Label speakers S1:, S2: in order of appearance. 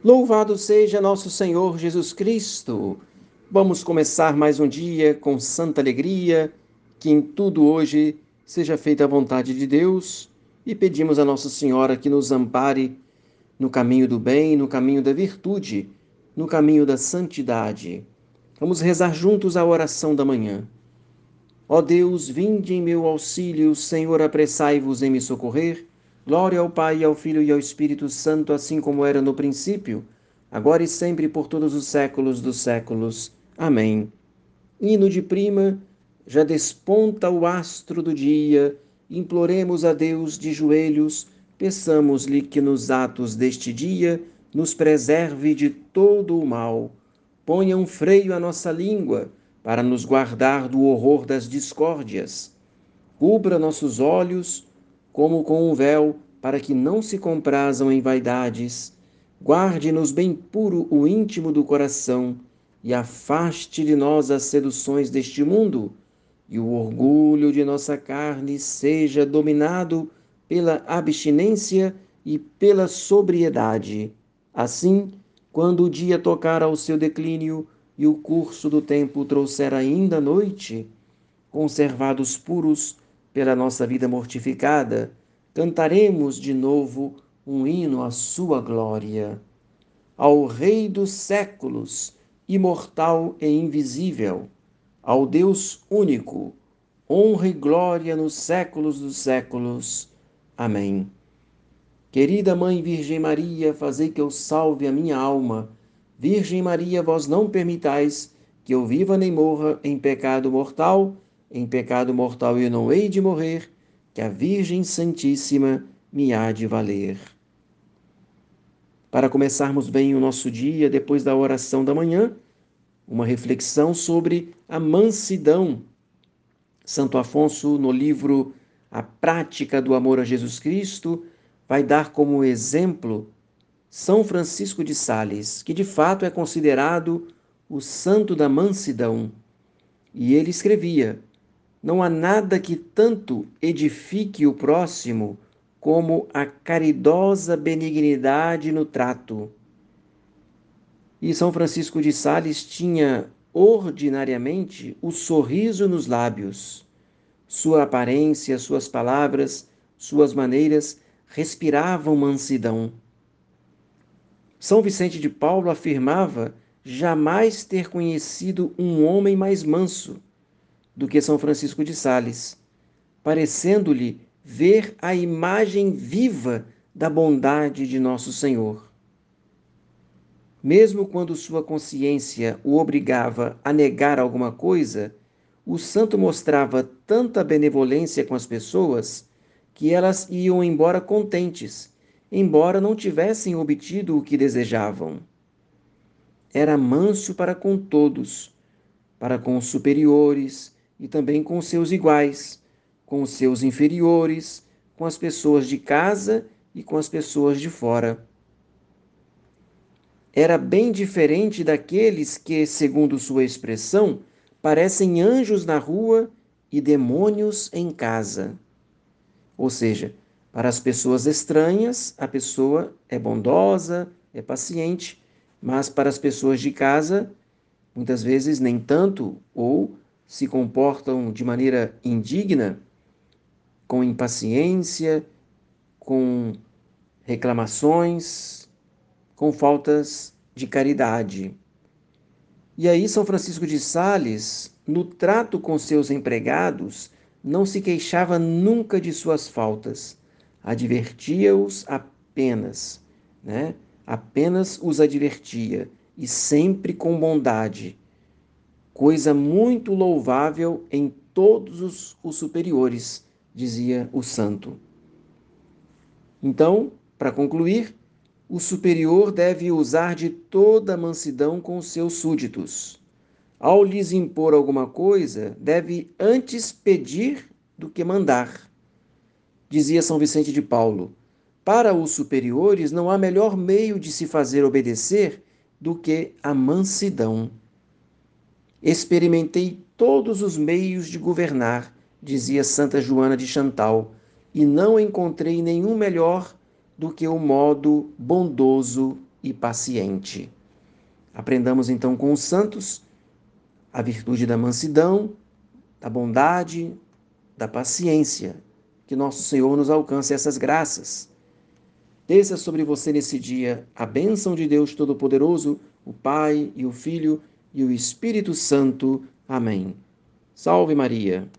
S1: Louvado seja nosso Senhor Jesus Cristo! Vamos começar mais um dia com santa alegria, que em tudo hoje seja feita a vontade de Deus e pedimos a Nossa Senhora que nos ampare no caminho do bem, no caminho da virtude, no caminho da santidade. Vamos rezar juntos a oração da manhã. Ó Deus, vinde em meu auxílio, Senhor, apressai-vos em me socorrer. Glória ao Pai, ao Filho e ao Espírito Santo, assim como era no princípio, agora e sempre, por todos os séculos dos séculos. Amém. Hino de prima, já desponta o astro do dia, imploremos a Deus de joelhos, peçamos-lhe que nos atos deste dia nos preserve de todo o mal. Ponha um freio à nossa língua, para nos guardar do horror das discórdias. Cubra nossos olhos como com um véu, para que não se comprazam em vaidades. Guarde-nos bem puro o íntimo do coração e afaste de nós as seduções deste mundo, e o orgulho de nossa carne seja dominado pela abstinência e pela sobriedade. Assim, quando o dia tocar ao seu declínio e o curso do tempo trouxer ainda a noite, conservados puros pela nossa vida mortificada, cantaremos de novo um hino à sua glória. Ao Rei dos séculos, imortal e invisível, ao Deus único, honra e glória nos séculos dos séculos. Amém. Querida Mãe Virgem Maria, fazei que eu salve a minha alma. Virgem Maria, vós não permitais que eu viva nem morra em pecado mortal. Em pecado mortal eu não hei de morrer, que a Virgem Santíssima me há de valer. Para começarmos bem o nosso dia, depois da oração da manhã, uma reflexão sobre a mansidão. Santo Afonso, no livro A Prática do Amor a Jesus Cristo, vai dar como exemplo São Francisco de Sales, que de fato é considerado o santo da mansidão. E ele escrevia: não há nada que tanto edifique o próximo como a caridosa benignidade no trato. E São Francisco de Sales tinha ordinariamente o sorriso nos lábios. Sua aparência, suas palavras, suas maneiras respiravam mansidão. São Vicente de Paulo afirmava jamais ter conhecido um homem mais manso do que São Francisco de Sales, parecendo-lhe ver a imagem viva da bondade de nosso Senhor. Mesmo quando sua consciência o obrigava a negar alguma coisa, o santo mostrava tanta benevolência com as pessoas que elas iam embora contentes, embora não tivessem obtido o que desejavam. Era manso para com todos, para com os superiores e também com os seus iguais, com os seus inferiores, com as pessoas de casa e com as pessoas de fora. Era bem diferente daqueles que, segundo sua expressão, parecem anjos na rua e demônios em casa. Ou seja, para as pessoas estranhas, a pessoa é bondosa, é paciente, mas para as pessoas de casa, muitas vezes nem tanto, ou se comportam de maneira indigna, com impaciência, com reclamações, com faltas de caridade. E aí, São Francisco de Sales, no trato com seus empregados, não se queixava nunca de suas faltas, advertia-os apenas, né? Apenas os advertia, e sempre com bondade, coisa muito louvável em todos os superiores, dizia o santo. Então, para concluir, o superior deve usar de toda a mansidão com os seus súditos. Ao lhes impor alguma coisa, deve antes pedir do que mandar. Dizia São Vicente de Paulo: para os superiores não há melhor meio de se fazer obedecer do que a mansidão. Experimentei todos os meios de governar, dizia Santa Joana de Chantal, e não encontrei nenhum melhor do que o modo bondoso e paciente. Aprendamos então com os santos a virtude da mansidão, da bondade, da paciência. Que nosso Senhor nos alcance essas graças. Desça sobre você nesse dia a bênção de Deus Todo-Poderoso, o Pai e o Filho e o Espírito Santo. Amém. Salve Maria!